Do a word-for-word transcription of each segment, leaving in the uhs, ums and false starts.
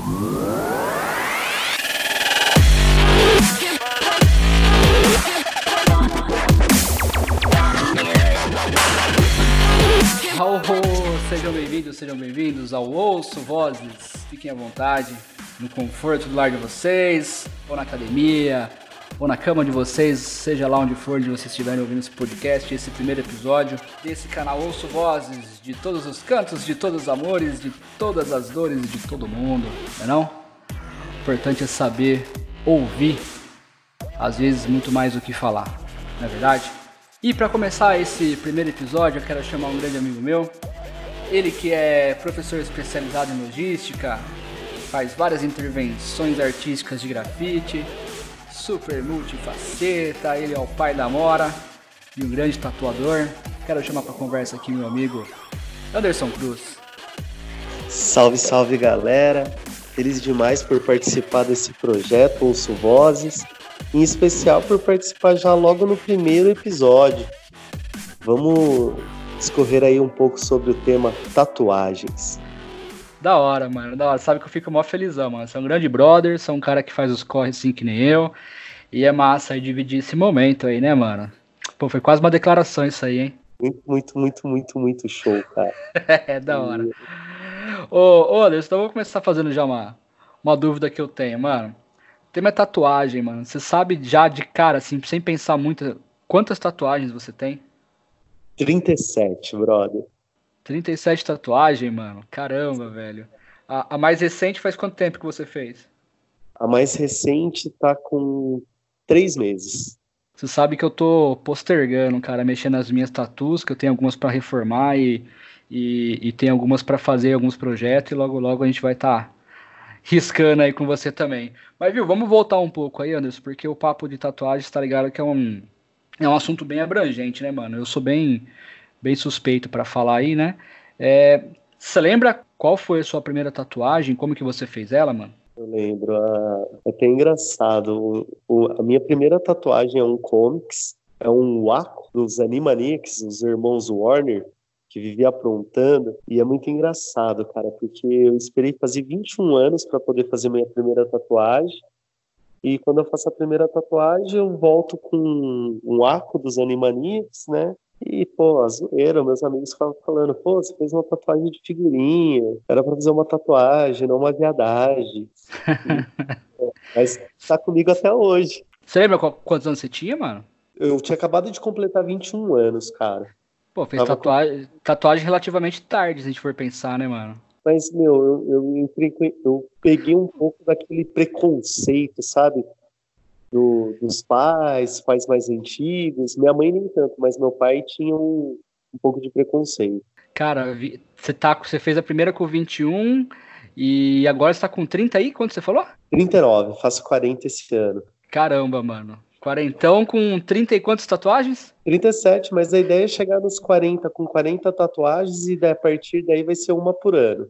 Oh, sejam bem-vindos, sejam bem-vindos ao Ouço Vozes. Fiquem à vontade, no conforto do lar de vocês, ou na academia, ou na cama de vocês, seja lá onde for, onde vocês estiverem ouvindo esse podcast, esse primeiro episódio desse canal Ouço Vozes, de todos os cantos, de todos os amores, de todas as dores de todo mundo, não é não? O importante é saber ouvir, às vezes muito mais do que falar, não é verdade? E para começar esse primeiro episódio, eu quero chamar um grande amigo meu, ele que é professor especializado em logística, faz várias intervenções artísticas de grafite, super multifaceta, ele é o pai da Mora e um grande tatuador. Quero chamar para conversa aqui meu amigo Anderson Cruz. Salve, salve galera, feliz demais por participar desse projeto Ouço Vozes. Em especial por participar já logo no primeiro episódio. Vamos discorrer aí um pouco sobre o tema tatuagens. Da hora, mano, da hora. Sabe que eu fico mó felizão, mano. Você é um grande brother, você é um cara que faz os corres assim que nem eu. E é massa aí dividir esse momento aí, né, mano? Pô, foi quase uma declaração isso aí, hein? Muito, muito, muito, muito, muito show, cara. É, da hora. E... Ô, ô, Anderson, então eu vou começar fazendo já uma, uma dúvida que eu tenho, mano. Tem uma tatuagem, mano. Você sabe já de cara, assim, sem pensar muito, quantas tatuagens você tem? trinta e sete, brother. trinta e sete tatuagens, mano? Caramba, velho. A, a mais recente faz quanto tempo que você fez? A mais recente tá com três meses. Você sabe que eu tô postergando, cara, mexendo nas minhas tatus, que eu tenho algumas pra reformar e, e, e tem algumas pra fazer alguns projetos e logo logo a gente vai estar... Tá riscando aí com você também. Mas viu, vamos voltar um pouco aí, Anderson, porque o papo de tatuagem, tá ligado, que é um, é um assunto bem abrangente, né, mano? Eu sou bem, bem suspeito pra falar aí, né? É, você lembra qual foi a sua primeira tatuagem? Como que você fez ela, mano? Eu lembro, é até engraçado. O, o, a minha primeira tatuagem é um comics, é um Waco dos Animaniacs, os irmãos Warner, que vivia aprontando, e é muito engraçado, cara, porque eu esperei fazer vinte e um anos para poder fazer minha primeira tatuagem, e quando eu faço a primeira tatuagem, eu volto com um arco dos Animaniacs, né, e, pô, a zoeira, meus amigos ficavam falando, pô, você fez uma tatuagem de figurinha, era para fazer uma tatuagem, não uma viadagem, e, mas tá comigo até hoje. Você lembra qual, quantos anos você tinha, mano? Eu tinha acabado de completar vinte e um anos, cara. Pô, fez tatuagem, com... tatuagem relativamente tarde, se a gente for pensar, né, mano? Mas, meu, eu, eu, entrei, eu peguei um pouco daquele preconceito, sabe? Do, dos pais, pais mais antigos. Minha mãe nem tanto, mas meu pai tinha um, um pouco de preconceito. Cara, você, tá, você fez a primeira com vinte e um e agora você tá com trinta aí? Quanto você falou? trinta e nove, faço quarenta esse ano. Caramba, mano. Quarentão com trinta e quantas tatuagens? trinta e sete, mas a ideia é chegar nos quarenta com quarenta tatuagens e a partir daí vai ser uma por ano.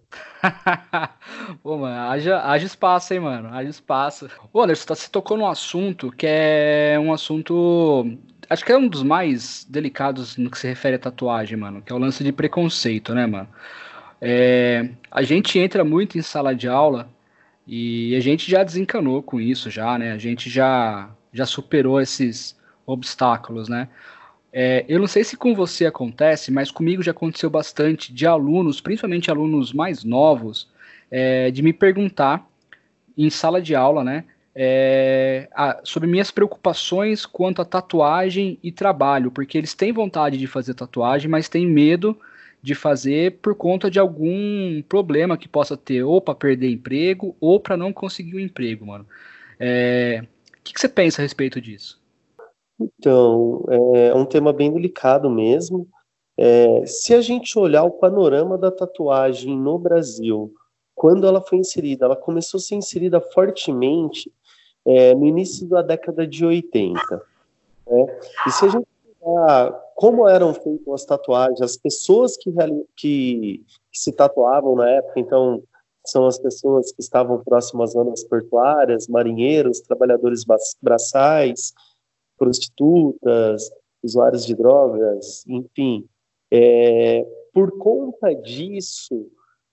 Pô, mano, haja, haja espaço, hein, mano? Haja espaço. Ô, Anderson, você tocou num assunto que é um assunto... Acho que é um dos mais delicados no que se refere à tatuagem, mano. Que é o lance de preconceito, né, mano? É, a gente entra muito em sala de aula e a gente já desencanou com isso já, né? A gente já... já superou esses obstáculos, né? É, eu não sei se com você acontece, mas comigo já aconteceu bastante de alunos, principalmente alunos mais novos, é, de me perguntar em sala de aula, né, é, a, sobre minhas preocupações quanto a tatuagem e trabalho, porque eles têm vontade de fazer tatuagem, mas têm medo de fazer por conta de algum problema que possa ter, ou para perder emprego, ou para não conseguir um emprego, mano. É, o que, que você pensa a respeito disso? Então, é um tema bem delicado mesmo. É, se a gente olhar o panorama da tatuagem no Brasil, quando ela foi inserida, ela começou a ser inserida fortemente é, no início da década de oitenta. Né? E se a gente olhar como eram feitas as tatuagens, as pessoas que, que, que se tatuavam na época, então, são as pessoas que estavam próximas às zonas portuárias, marinheiros, trabalhadores braçais, prostitutas, usuários de drogas, enfim. É, por conta disso,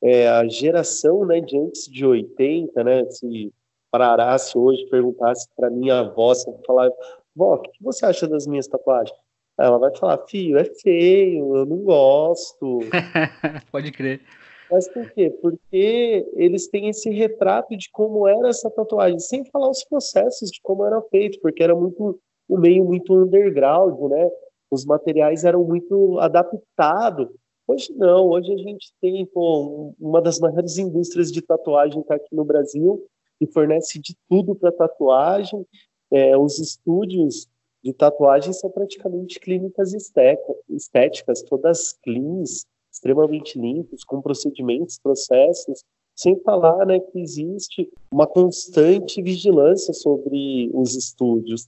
é, a geração, né, de antes de oitenta, né, se parasse hoje, perguntasse para minha avó, se eu falar, vó, o que que você acha das minhas tatuagens? Aí ela vai falar, filho, é feio, eu não gosto. Pode crer. Mas por quê? Porque eles têm esse retrato de como era essa tatuagem, sem falar os processos de como era feito, porque era muito um meio muito underground, né? Os materiais eram muito adaptados. Hoje não, hoje a gente tem pô, uma das maiores indústrias de tatuagem está aqui no Brasil, que fornece de tudo para tatuagem. É, os estúdios de tatuagem são praticamente clínicas estéticas, todas cleans, extremamente limpos, com procedimentos, processos, sem falar, né, que existe uma constante vigilância sobre os estúdios.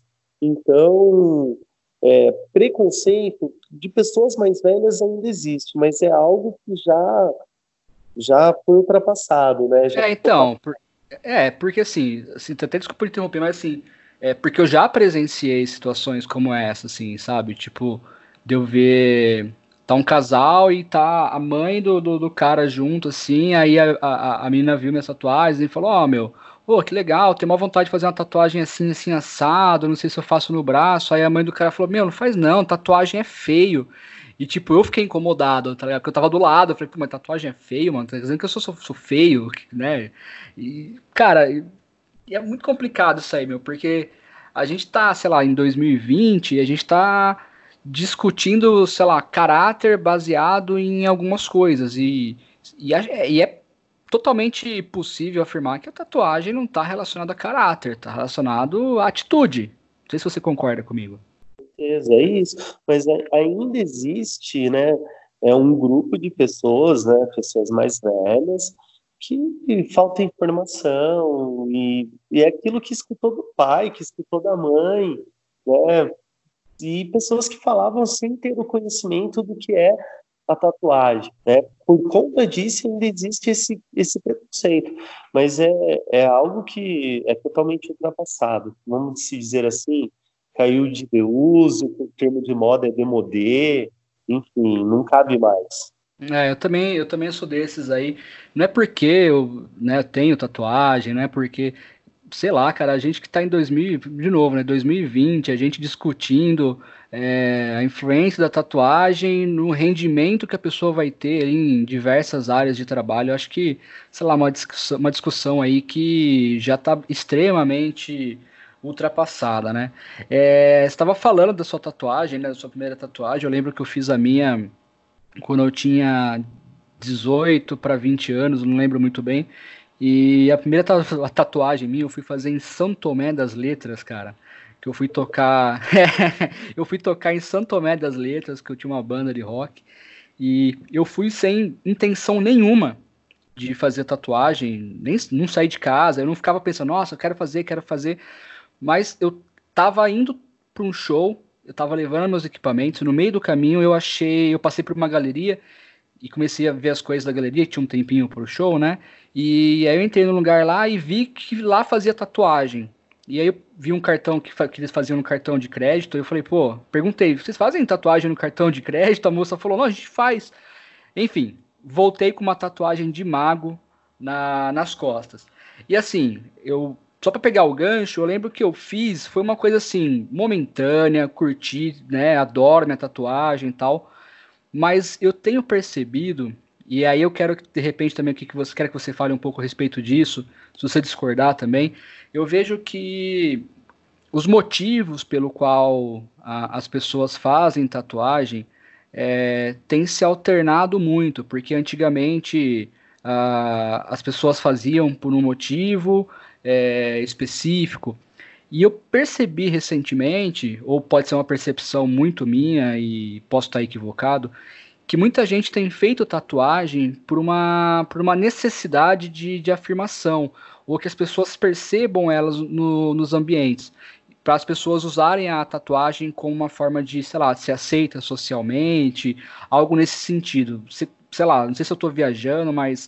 Então, é, preconceito de pessoas mais velhas ainda existe, mas é algo que já já foi ultrapassado, né? Já É, então, por- é, porque assim, assim, até desculpa interromper, mas assim, é porque eu já presenciei situações como essa, assim, sabe? Tipo, de eu ver, tá um casal e tá a mãe do, do, do cara junto, assim, aí a, a, a menina viu minhas tatuagens e falou, ó, meu, pô, que legal, tenho uma vontade de fazer uma tatuagem assim, assim, assado, não sei se eu faço no braço. Aí a mãe do cara falou, meu, não faz não, tatuagem é feio. E, tipo, eu fiquei incomodado, tá ligado? Porque eu tava do lado, eu falei, pô, mas tatuagem é feio, mano, tá dizendo que eu sou, sou, sou feio, né? E, cara, e é muito complicado isso aí, meu, porque a gente tá, sei lá, em dois mil e vinte e a gente tá discutindo, sei lá, caráter baseado em algumas coisas, e, e, é, e é totalmente possível afirmar que a tatuagem não tá relacionada a caráter, tá relacionado à atitude. Não sei se você concorda comigo. certeza, é isso, mas é- ainda existe, né, é um grupo de pessoas, né, pessoas mais velhas, que falta informação e, e é aquilo que escutou do pai, que escutou da mãe, né, e pessoas que falavam sem ter o conhecimento do que é a tatuagem, né? Por conta disso ainda existe esse, esse preconceito, mas é, é algo que é totalmente ultrapassado, vamos se dizer assim, caiu de uso, o termo de moda é demodê, enfim, não cabe mais. É, eu também, eu também sou desses aí. Não é porque eu, né, tenho tatuagem, não é porque, sei lá, cara, a gente que tá em dois mil, de novo, né, dois mil e vinte, a gente discutindo é, a influência da tatuagem no rendimento que a pessoa vai ter em diversas áreas de trabalho. Eu acho que, sei lá, uma discussão, uma discussão aí que já tá extremamente ultrapassada, né? É, você estava falando da sua tatuagem, né, da sua primeira tatuagem. Eu lembro que eu fiz a minha quando eu tinha dezoito para vinte anos, não lembro muito bem. E a primeira ta- tatuagem minha eu fui fazer em São Tomé das Letras, cara. Que eu fui tocar. Eu fui tocar em São Tomé das Letras, que eu tinha uma banda de rock. E eu fui sem intenção nenhuma de fazer tatuagem, nem não saí de casa, eu não ficava pensando, nossa, eu quero fazer, quero fazer. Mas eu tava indo para um show, eu tava levando meus equipamentos, no meio do caminho eu achei, eu passei por uma galeria e comecei a ver as coisas da galeria, que tinha um tempinho pro show, né? E aí eu entrei no lugar lá e vi que lá fazia tatuagem. E aí eu vi um cartão que, fa- que eles faziam no cartão de crédito, e eu falei, pô, perguntei, vocês fazem tatuagem no cartão de crédito? A moça falou, não, a gente faz. Enfim, voltei com uma tatuagem de mago na, nas costas. E assim, eu só para pegar o gancho, eu lembro que eu fiz, foi uma coisa assim, momentânea, curti, né? Adoro minha tatuagem e tal. Mas eu tenho percebido, e aí eu quero que de repente também o que que você quer que você fale um pouco a respeito disso, se você discordar também, eu vejo que os motivos pelo qual a- as pessoas fazem tatuagem é, têm se alternado muito, porque antigamente ah, as pessoas faziam por um motivo é, específico, e eu percebi recentemente, ou pode ser uma percepção muito minha e posso estar equivocado, que muita gente tem feito tatuagem por uma, por uma necessidade de, de afirmação, ou que as pessoas percebam elas no- nos ambientes, para as pessoas usarem a tatuagem como uma forma de, sei lá, se aceita socialmente, algo nesse sentido. Você- sei lá, não sei se eu estou viajando, mas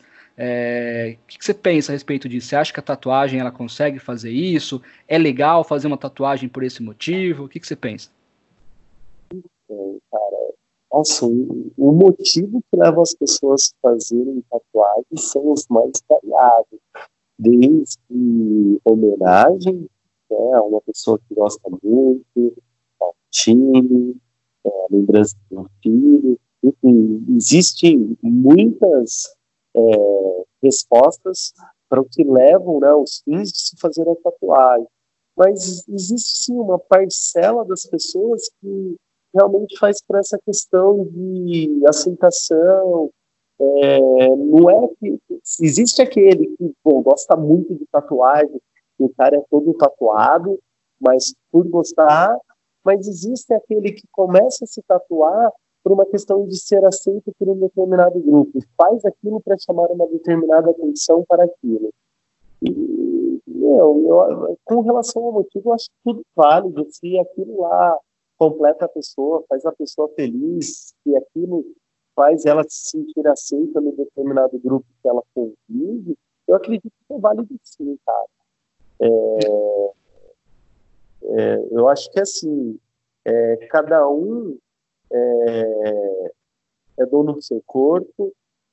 é, o que que você pensa a respeito disso? Você acha que a tatuagem ela consegue fazer isso? É legal fazer uma tatuagem por esse motivo? O que que você pensa? É, Nossa, o, o motivo que leva as pessoas a fazerem tatuagens são os mais variados, desde homenagem, né, a uma pessoa que gosta muito, ao time, é, a lembrança de um filho, enfim, existem muitas é, respostas para o que levam, né, os fins de se fazer a tatuagem. Mas existe sim uma parcela das pessoas que realmente faz por essa questão de aceitação. É, não é que existe aquele que pô, gosta muito de tatuagem, o cara é todo tatuado, mas por gostar, mas existe aquele que começa a se tatuar por uma questão de ser aceito por um determinado grupo, faz aquilo para chamar uma determinada atenção para aquilo. E, meu, eu, com relação ao motivo, eu acho tudo válido. Se aquilo lá completa a pessoa, faz a pessoa feliz, se aquilo faz ela se sentir aceita no determinado grupo que ela convive, eu acredito que é válido sim, cara. É, é, eu acho que assim, é, cada um é, é dono do seu corpo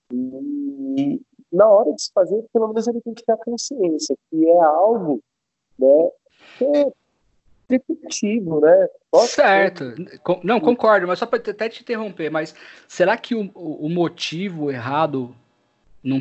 e na hora de se fazer, pelo menos ele tem que ter a consciência que é algo, né, que é repetitivo, né? Posso Certo. ter... Com- Não, concordo, mas só para até te interromper, mas será que o, o o motivo errado não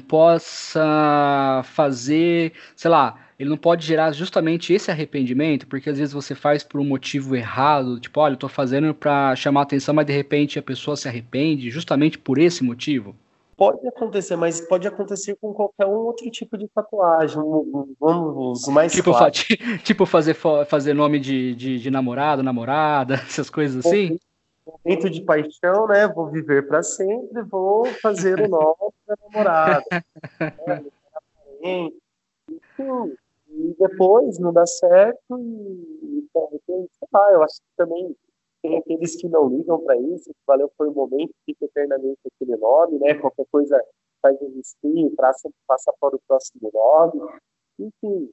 possa fazer, sei lá, ele não pode gerar justamente esse arrependimento, porque às vezes você faz por um motivo errado, tipo, olha, eu tô fazendo pra chamar atenção, mas de repente a pessoa se arrepende justamente por esse motivo? Pode acontecer, mas pode acontecer com qualquer um outro tipo de tatuagem. Um- um- Vamos, os mais Tipo, fa- clássicos. ti- tipo fazer, fo- fazer nome de, de, de namorado, namorada, essas coisas assim? Momento de paixão, né? Vou viver para sempre, vou fazer o nome da namorada. Enfim, e depois não dá certo e, então, sei lá, eu acho que também tem aqueles que não ligam para isso, que valeu foi o momento, fica eternamente aquele nome, né? Qualquer coisa faz um risquinho, passa, passa para o próximo nome. Enfim,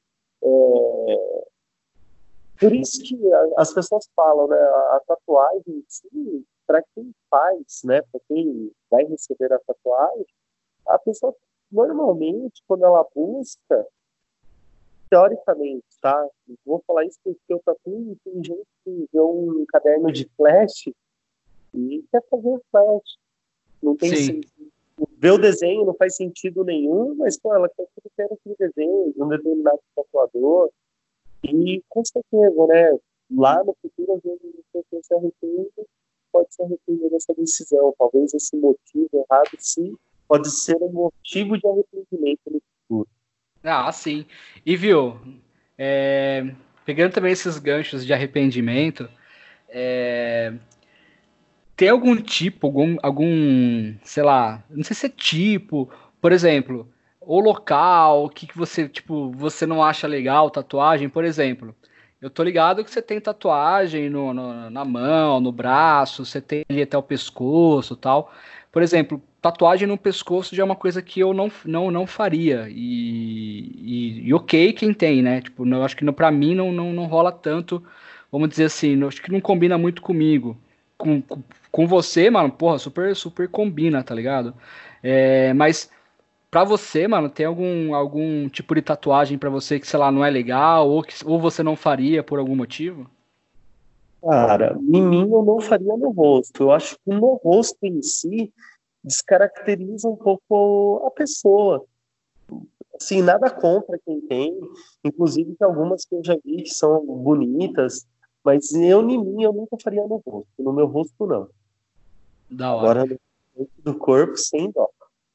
é, por isso que a- as pessoas falam, né? A, a tatuagem em si, para quem faz, né? Para quem vai receber a tatuagem, a pessoa normalmente, quando ela busca, teoricamente, tá? Vou falar isso porque eu tatuo, tem gente que vê um caderno de flash e quer fazer flash. Não tem Sim, sentido. Ver o desenho não faz sentido nenhum, mas pô, ela quer que quer aquele desenho de um determinado tatuador. E com certeza, né? Lá no futuro, às vezes, você se arrepende, pode se arrepender dessa decisão. Talvez esse motivo errado, sim, pode ser um motivo de arrependimento no futuro. ah, sim. E viu, é, pegando também esses ganchos de arrependimento, é, tem algum tipo, algum, algum, sei lá, não sei se é tipo, por exemplo, o local, o que que você, tipo, você não acha legal, tatuagem, por exemplo. Eu tô ligado que você tem tatuagem no, no- na mão, no braço, você tem ali até o pescoço, e tal. Por exemplo, tatuagem no pescoço já é uma coisa que eu não, não, não faria. E, e, e ok quem tem, né? Tipo, não, eu acho que não, pra mim não, não, não rola tanto, vamos dizer assim, não- acho que não combina muito comigo. Com, com, com você, mano, porra, super, super combina, tá ligado? É, mas pra você, mano, tem algum, algum tipo de tatuagem pra você que, sei lá, não é legal ou, que, ou você não faria por algum motivo? Cara, em mim eu não faria no rosto. Eu acho que no rosto em si descaracteriza um pouco a pessoa. Assim, nada contra quem tem, inclusive tem algumas que eu já vi que são bonitas, mas eu, em mim, eu nunca faria no rosto. No meu rosto, não. Da hora. Agora, no resto do corpo, sem dó.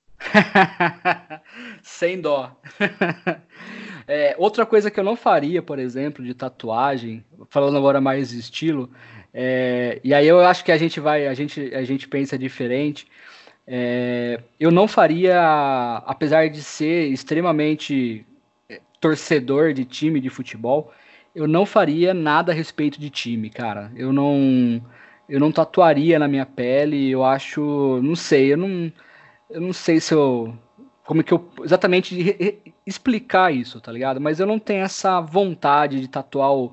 Sem dó. É, outra coisa que eu não faria, por exemplo, de tatuagem, falando agora mais de estilo, é, e aí eu acho que a gente vai, a gente, a gente pensa diferente. É, eu não faria, apesar de ser extremamente torcedor de time de futebol, eu não faria nada a respeito de time, cara. Eu não, eu não tatuaria na minha pele. Eu acho, não sei, eu não, eu não sei se eu, como é que eu exatamente re- re- explicar isso, tá ligado? Mas eu não tenho essa vontade de tatuar o,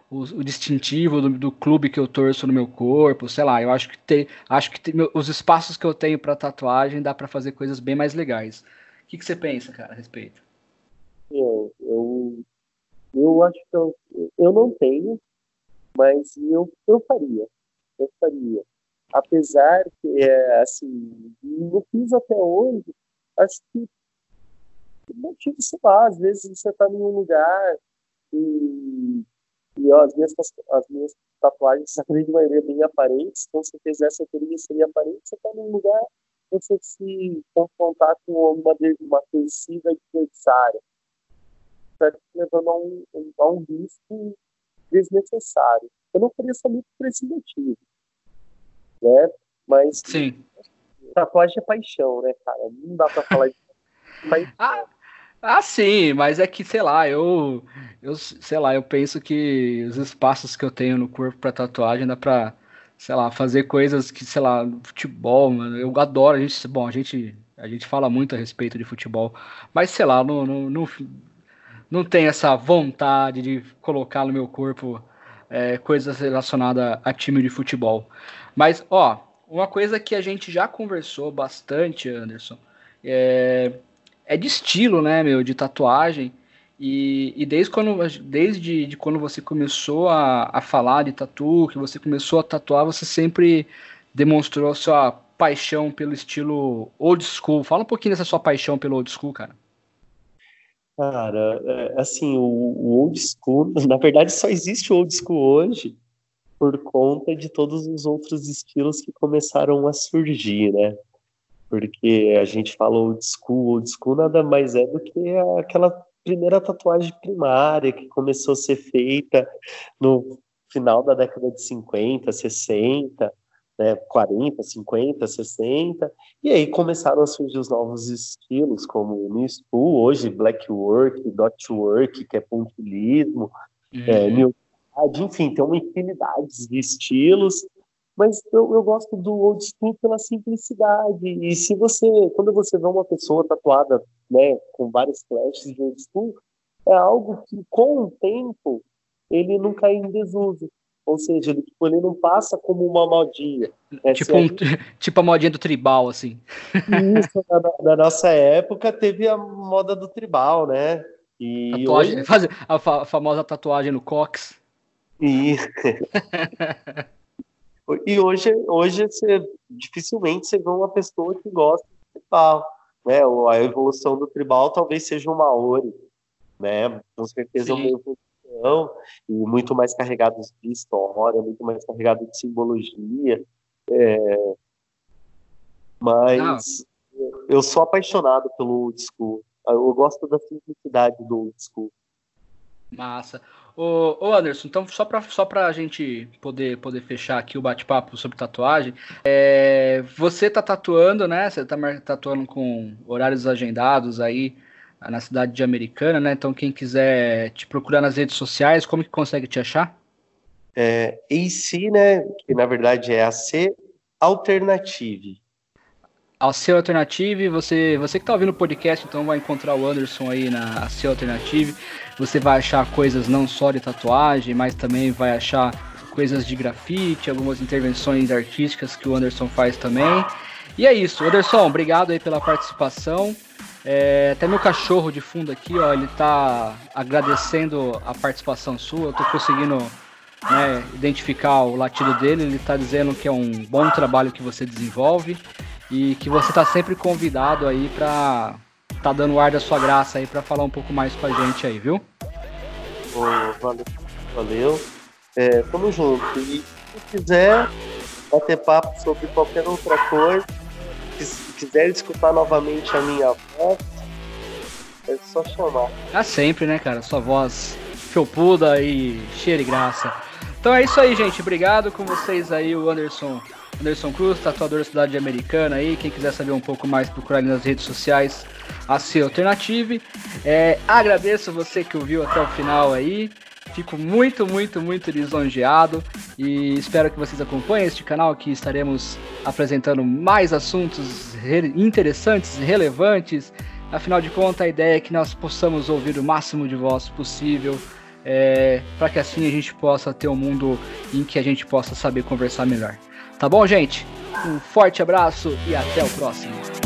o, o distintivo do, do clube que eu torço no meu corpo, sei lá, eu acho que tem, acho que tem, meu, os espaços que eu tenho para tatuagem dá para fazer coisas bem mais legais. O que, que você pensa, cara, a respeito? Eu, eu, eu acho que eu, eu não tenho, mas eu, eu faria. Eu faria. Apesar que, é, assim, não fiz até hoje, acho que motivo, sei lá, às vezes você tá em um lugar e, e ó, as, minhas, as minhas tatuagens, a grande maioria bem aparentes, então se eu fizesse a teoria seria aparente, você tá num lugar, você se confrontar com uma, uma torcida adversária, tá levando a um, a um risco desnecessário. Eu não faria somente por esse motivo, né? Mas Sim. Tatuagem é paixão, né, cara? Não dá pra falar de paixão. Ah, ah, sim, mas é que, sei lá, eu, eu, sei lá, eu penso que os espaços que eu tenho no corpo pra tatuagem dá pra, sei lá, fazer coisas que, sei lá, no futebol, mano, eu adoro, a gente, bom, a gente, a gente fala muito a respeito de futebol, mas, sei lá, não, não, não, não tenho essa vontade de colocar no meu corpo é, coisas relacionadas a time de futebol. Mas, ó, uma coisa que a gente já conversou bastante, Anderson, é, é de estilo, né, meu, de tatuagem. E, e desde quando, desde de quando você começou a, a falar de tatu, que você começou a tatuar, você sempre demonstrou sua paixão pelo estilo old school. Fala um pouquinho dessa sua paixão pelo old school, cara. Cara, é, assim, o, o old school, na verdade só existe o old school hoje por conta de todos os outros estilos que começaram a surgir, né? Porque a gente fala old school, old school nada mais é do que aquela primeira tatuagem primária que começou a ser feita no final da década de cinquenta, sessenta, né, quarenta, cinquenta, sessenta, e aí começaram a surgir os novos estilos, como o New School, hoje Black Work, Dot Work, que é pontilhismo, uhum. é, New enfim, tem uma infinidade de estilos, mas eu, eu gosto do old school pela simplicidade. E se você, quando você vê uma pessoa tatuada, né, com vários flashes de old school, é algo que com o tempo ele não cai em desuso. Ou seja, ele, tipo, ele não passa como uma modinha. Né? Tipo, um, gente... tipo a modinha do tribal, assim. Isso, na, na nossa época teve a moda do tribal, né? E tatuagem, hoje... faz a, fa- famosa tatuagem no cox. E... E hoje, hoje você, dificilmente você vê uma pessoa que gosta de tribal, né? A evolução do tribal talvez seja uma Maori, né? Com certeza é uma evolução e muito mais carregado de história, muito mais carregado de simbologia. É... Mas Não. eu sou apaixonado pelo old school. Eu gosto da simplicidade do old school. Massa. Ô, ô Anderson, então só para só a gente poder, poder fechar aqui o bate-papo sobre tatuagem, é, você tá tatuando, né? Você tá tatuando com horários agendados aí na cidade de Americana, né? Então quem quiser te procurar nas redes sociais, como que consegue te achar? É, A C, né? Que na verdade é A C Alternative. A C Alternative, você, você que tá ouvindo o podcast, então vai encontrar o Anderson aí na A C Alternative. Você vai achar coisas não só de tatuagem, mas também vai achar coisas de grafite, algumas intervenções artísticas que o Anderson faz também. E é isso, Anderson, obrigado aí pela participação. É, até meu cachorro de fundo aqui, ó, ele tá agradecendo a participação sua. Eu tô conseguindo, né, identificar o latido dele. Ele tá dizendo que é um bom trabalho que você desenvolve e que você tá sempre convidado aí pra tá dando o ar da sua graça aí pra falar um pouco mais com a gente aí, viu? Oh, valeu, valeu. É, tamo junto. E se quiser bater papo sobre qualquer outra coisa, se quiser escutar novamente a minha voz, é só chamar. Ah, sempre, né, cara? Sua voz felpuda e cheia de graça. Então é isso aí, gente. Obrigado com vocês aí, o Anderson Anderson Cruz, tatuador da cidade americana aí. Quem quiser saber um pouco mais, procurar ali nas redes sociais A C Alternative. É, agradeço você que ouviu até o final aí. Fico muito, muito, muito lisonjeado e espero que vocês acompanhem este canal, que estaremos apresentando mais assuntos re- interessantes, relevantes. Afinal de contas, a ideia é que nós possamos ouvir o máximo de voz possível é, para que assim a gente possa ter um mundo em que a gente possa saber conversar melhor. Tá bom, gente? Um forte abraço e até o próximo.